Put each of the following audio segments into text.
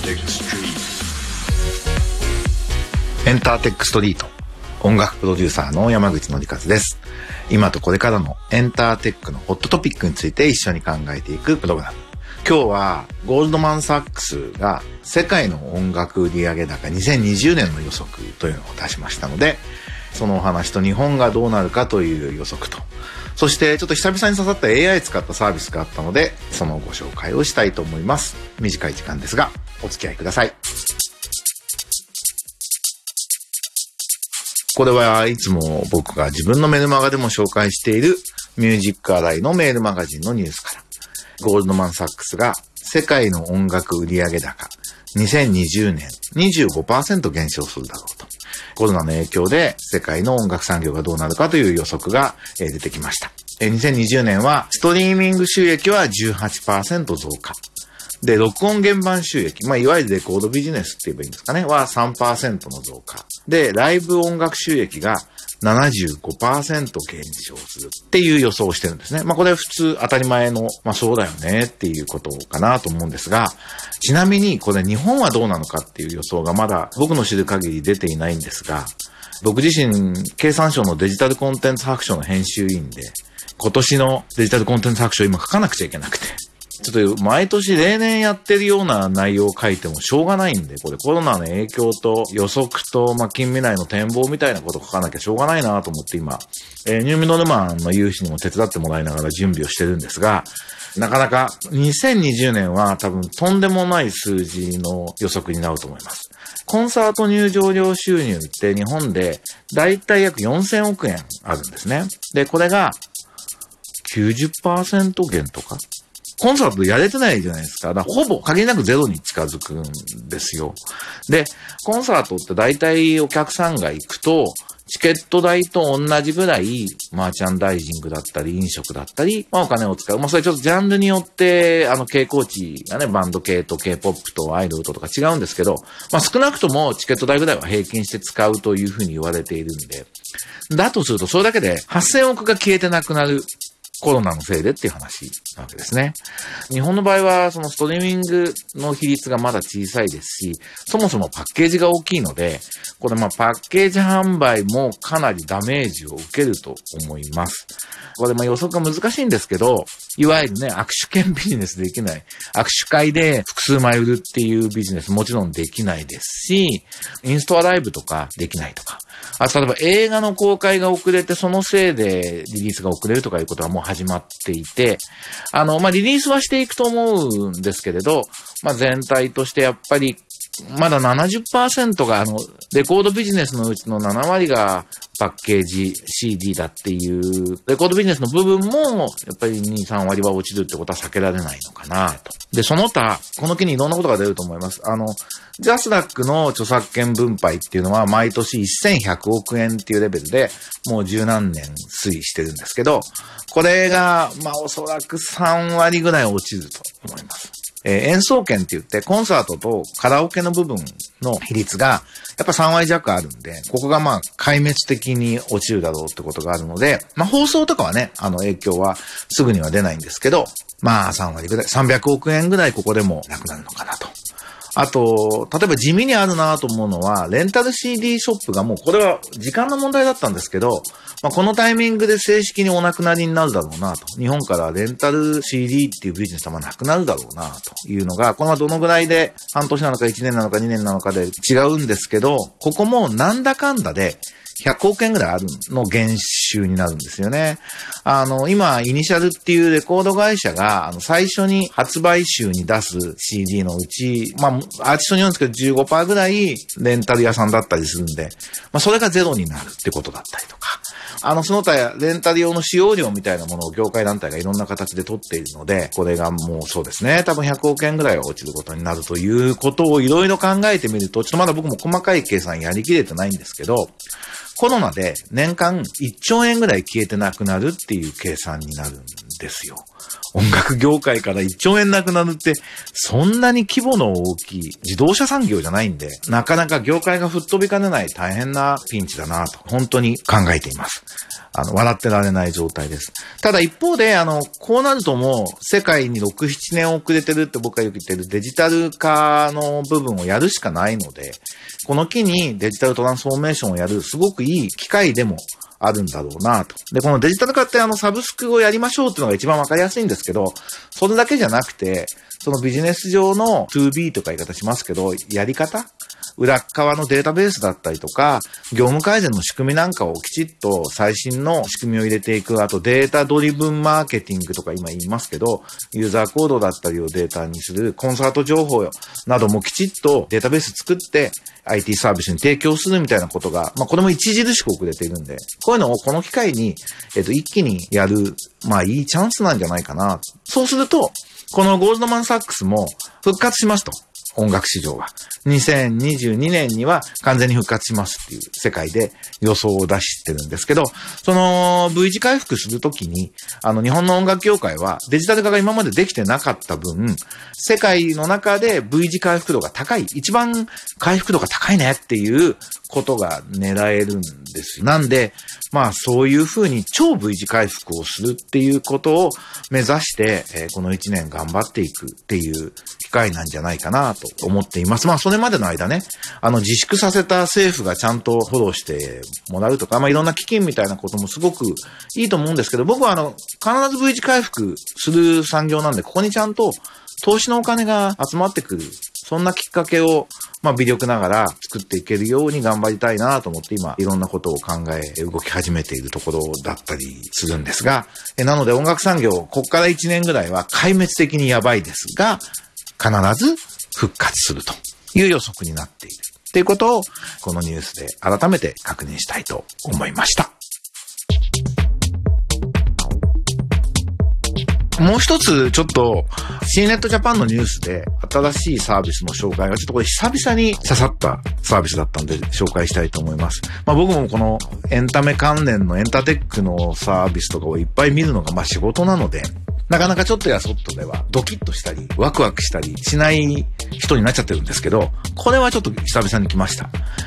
エンターテックストリート、音楽プロデューサーの山口紀一です。今とこれからのエンターテックのホットトピックについて一緒に考えていくプログラム。今日はゴールドマンサックスが世界の音楽売上高2020年の予測というのを出しましたので、そのお話と日本がどうなるかという予測と、そしてちょっと久々に刺さった AI 使ったサービスがあったので、そのご紹介をしたいと思います。短い時間ですがお付き合いください。これはいつも僕が自分のメルマガでも紹介しているミュージックアライのメールマガジンのニュースから、ゴールドマンサックスが世界の音楽売上高2020年 25% 減少するだろうと。コロナの影響で世界の音楽産業がどうなるかという予測が出てきました。2020年はストリーミング収益は 18% 増加。で、録音原版収益、いわゆるレコードビジネスって言えばいいんですかね、は 3% の増加。で、ライブ音楽収益が 75% 減少するっていう予想をしてるんですね。これは普通当たり前の、そうだよねっていうことかなと思うんですが、ちなみにこれ日本はどうなのかっていう予想がまだ僕の知る限り出ていないんですが、僕自身経産省のデジタルコンテンツ白書の編集員で、今年のデジタルコンテンツ白書を今書かなくちゃいけなくて、ちょっと毎年例年やってるような内容を書いてもしょうがないんで、これコロナの影響と予測と、近未来の展望みたいなことを書かなきゃしょうがないなと思って今、ニューミノルマンの有志にも手伝ってもらいながら準備をしてるんですが、なかなか2020年は多分とんでもない数字の予測になると思います。コンサート入場料収入って日本でだいたい約4000億円あるんですね。で、これが 90% 減とかコンサートやれてないじゃないですか。だからほぼ限りなくゼロに近づくんですよ。で、コンサートって大体お客さんが行くと、チケット代と同じぐらい、マーチャンダイジングだったり、飲食だったり、お金を使う。それちょっとジャンルによって、傾向値がね、バンド系と K-POP とアイドルとか違うんですけど、少なくともチケット代ぐらいは平均して使うというふうに言われているんで、だとするとそれだけで8000億が消えてなくなる。コロナのせいでっていう話なわけですね。日本の場合はそのストリーミングの比率がまだ小さいですし、そもそもパッケージが大きいので、これパッケージ販売もかなりダメージを受けると思います。これ予測が難しいんですけど、いわゆるね、握手券ビジネスできない。握手会で複数枚売るっていうビジネスもちろんできないですし、インストアライブとかできないとか。例えば映画の公開が遅れてそのせいでリリースが遅れるとかいうことはもう始まっていて、リリースはしていくと思うんですけれど、全体としてやっぱりまだ 70% がレコードビジネスのうちの7割がパッケージ CD だっていうレコードビジネスの部分もやっぱり 2,3 割は落ちるってことは避けられないのかなと。で、その他、この機にいろんなことが出ると思います。ジャスラックの著作権分配っていうのは毎年1100億円っていうレベルでもう十何年推移してるんですけど、これがおそらく3割ぐらい落ちると思います。演奏権って言ってコンサートとカラオケの部分の比率がやっぱ3割弱あるんで、ここが壊滅的に落ちるだろうってことがあるので、放送とかはね、影響はすぐには出ないんですけど、3割ぐらい、300億円ぐらいここでもなくなるのかなと。あと、例えば地味にあるなと思うのは、レンタル CD ショップがもうこれは時間の問題だったんですけど、このタイミングで正式にお亡くなりになるだろうなと。日本からレンタル CD っていうビジネスはなくなるだろうなというのが、これはどのぐらいで半年なのか1年なのか2年なのかで違うんですけど、ここもなんだかんだで100億円ぐらいあるの減収になるんですよね。今、イニシャルっていうレコード会社が、最初に発売週に出す CD のうち、アーティストによるんですけど 15% ぐらいレンタル屋さんだったりするんで、それがゼロになるってことだったりとか。その他レンタル用の使用料みたいなものを業界団体がいろんな形で取っているので、これがもうそうですね、多分100億円ぐらいは落ちることになるということをいろいろ考えてみると、ちょっとまだ僕も細かい計算やりきれてないんですけど、コロナで年間1兆円ぐらい消えてなくなるっていう計算になるんですよ。音楽業界から1兆円なくなるって、そんなに規模の大きい自動車産業じゃないんで、なかなか業界が吹っ飛びかねない大変なピンチだなと、本当に考えています。笑ってられない状態です。ただ一方で、こうなるともう、世界に6、7年遅れてるって僕がよく言ってるデジタル化の部分をやるしかないので、この機にデジタルトランスフォーメーションをやるすごくいい機会でもあるんだろうなと。で、このデジタル化ってサブスクをやりましょうっていうのが一番わかりやすいんですけど、それだけじゃなくて、そのビジネス上の 2B とか言い方しますけど、やり方裏側のデータベースだったりとか、業務改善の仕組みなんかをきちっと最新の仕組みを入れていく、あとデータドリブンマーケティングとか今言いますけど、ユーザーコードだったりをデータにするコンサート情報などもきちっとデータベース作って IT サービスに提供するみたいなことが、これも著しく遅れているんで、こういうのをこの機会に、一気にやる、いいチャンスなんじゃないかな。そうすると、このゴールドマンサックスも復活しますと。音楽市場が。2022年には完全に復活しますっていう世界で予想を出してるんですけど、その V 字回復するときに、日本の音楽業界はデジタル化が今までできてなかった分、世界の中で V 字回復度が高い、一番回復度が高いねっていうことが狙えるんです。なんで、そういうふうに超 V 字回復をするっていうことを目指して、この1年頑張っていくっていう機会なんじゃないかなと思っています。それまでの間ね、自粛させた政府がちゃんとフォローしてもらうとか、いろんな基金みたいなこともすごくいいと思うんですけど、僕は必ず V 字回復する産業なんで、ここにちゃんと投資のお金が集まってくる。そんなきっかけを、微力ながら作っていけるように頑張りたいなと思って今、いろんなことを考え、動き始めているところだったりするんですが、なので音楽産業、こっから1年ぐらいは壊滅的にやばいですが、必ず復活するという予測になっている。ということを、このニュースで改めて確認したいと思いました。もう一つちょっと C ネットジャパンのニュースで新しいサービスの紹介がちょっとこれ久々に刺さったサービスだったんで紹介したいと思います。僕もこのエンタメ関連のエンタテックのサービスとかをいっぱい見るのが仕事なので、なかなかちょっとやそっとではドキッとしたりワクワクしたりしない人になっちゃってるんですけど、これはちょっと久々に来ました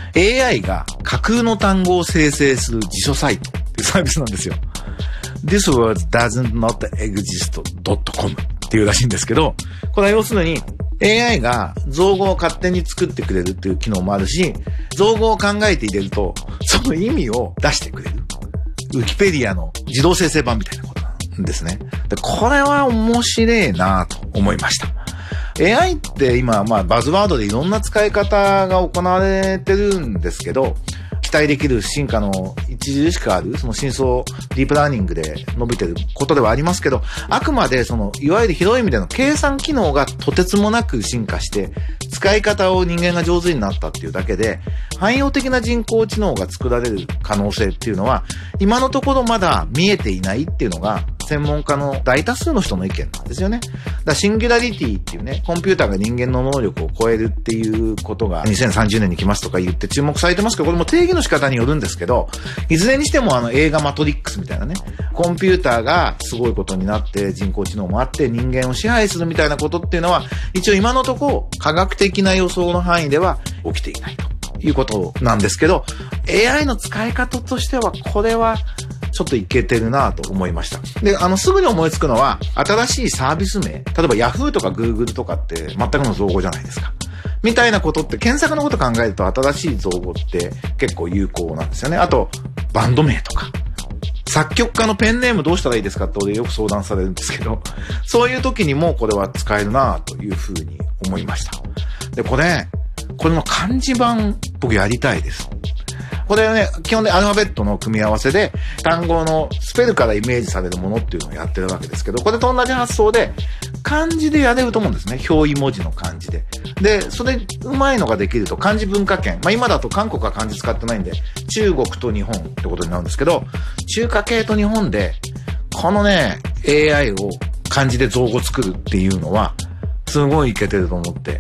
。AI が架空の単語を生成する辞書サイトっていうサービスなんですよ。This word doesn't not exist.com っていうらしいんですけど、これは要するに AI が造語を勝手に作ってくれるっていう機能もあるし、造語を考えて入れるとその意味を出してくれる。ウィキペディアの自動生成版みたいなことなんですね。で、これは面白いなと思いました。AI って今、バズワードでいろんな使い方が行われてるんですけど、期待できる進化の著しくある、その深層ディープラーニングで伸びてることではありますけど、あくまでいわゆる広い意味での計算機能がとてつもなく進化して、使い方を人間が上手になったっていうだけで、汎用的な人工知能が作られる可能性っていうのは、今のところまだ見えていないっていうのが、専門家の大多数の人の意見なんですよね。シンギュラリティっていうね、コンピューターが人間の能力を超えるっていうことが2030年に来ますとか言って注目されてますけど、これも定義の仕方によるんですけど、いずれにしても映画マトリックスみたいなね、コンピューターがすごいことになって人工知能もあって人間を支配するみたいなことっていうのは、一応今のところ科学的な予想の範囲では起きていないということなんですけど、AI の使い方としてはこれはちょっといけてるなと思いました。で、すぐに思いつくのは、新しいサービス名。例えば Yahoo とか Google とかって全くの造語じゃないですか。みたいなことって、検索のこと考えると新しい造語って結構有効なんですよね。あと、バンド名とか。作曲家のペンネームどうしたらいいですかって俺よく相談されるんですけど、そういう時にもこれは使えるなというふうに思いました。で、これの漢字版僕やりたいです。これはね、基本でアルファベットの組み合わせで単語のスペルからイメージされるものっていうのをやってるわけですけど、これと同じ発想で漢字でやれると思うんですね。表意文字の漢字で。で、それうまいのができると漢字文化圏。今だと韓国は漢字使ってないんで、中国と日本ってことになるんですけど、中華系と日本で、このね、AI を漢字で造語作るっていうのは、すごいいけてると思って、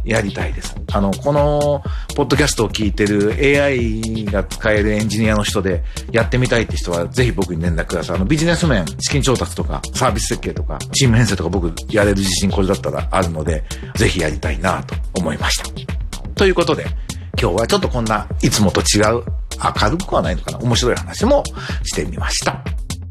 やりたいです。この、ポッドキャストを聞いてる AI が使えるエンジニアの人でやってみたいって人はぜひ僕に連絡ください。ビジネス面、資金調達とか、サービス設計とか、チーム編成とか僕やれる自信これだったらあるので、ぜひやりたいなと思いました。ということで、今日はちょっとこんないつもと違う、明るくはないのかな、面白い話もしてみました。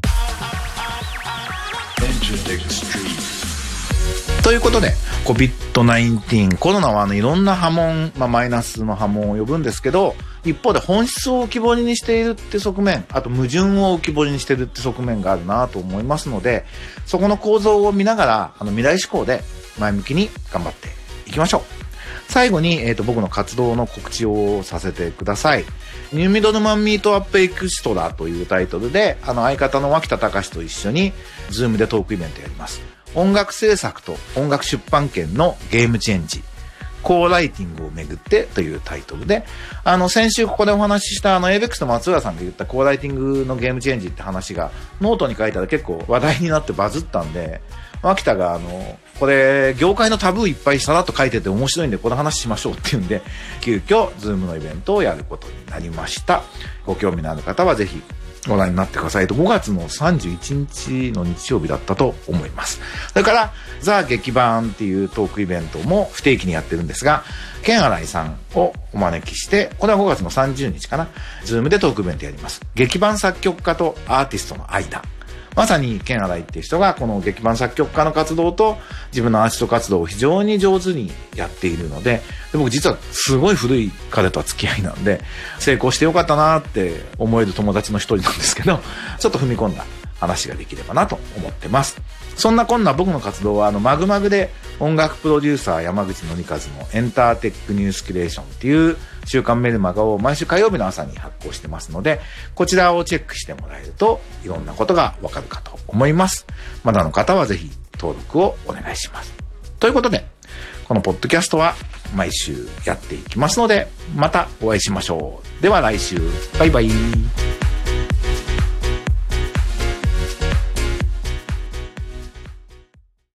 ということで COVID-19 コロナはいろんな波紋、マイナスの波紋を呼ぶんですけど、一方で本質を浮き彫りにしているって側面、あと矛盾を浮き彫りにしているって側面があるなと思いますので、そこの構造を見ながら未来志向で前向きに頑張っていきましょう。最後に、僕の活動の告知をさせてください。ニューミドルマンミートアップエクストラというタイトルで、相方の脇田隆と一緒にズームでトークイベントやります。音楽制作と音楽出版権のゲームチェンジ、コーライティングをめぐってというタイトルで、先週ここでお話ししたABEX の松浦さんが言ったコーライティングのゲームチェンジって話がノートに書いたら結構話題になってバズったんで、脇田がこれ業界のタブーいっぱいさらっと書いてて面白いんでこの話しましょうっていうんで、急遽ズームのイベントをやることになりました。ご興味のある方はぜひご覧になってください。5月の31日の日曜日だったと思います。それからザ・劇版っていうトークイベントも不定期にやってるんですが、ケンアライさんをお招きして、これは5月の30日かな、ズームでトークイベントやります。劇版作曲家とアーティストの間、まさにケンアライっていう人がこの劇版作曲家の活動と自分のアーティスト活動を非常に上手にやっているので、僕実はすごい古い彼とは付き合いなんで、成功してよかったなって思える友達の一人なんですけど、ちょっと踏み込んだ話ができればなと思ってます。そんなこんな僕の活動はマグマグで音楽プロデューサー山口紀和のエンターテックニュースキュレーションっていう週刊メルマガを毎週火曜日の朝に発行してますので、こちらをチェックしてもらえるといろんなことがわかるかと思います。まだの方はぜひ登録をお願いします。ということで、このポッドキャストは毎週やっていきますので、またお会いしましょう。では来週、バイバイ。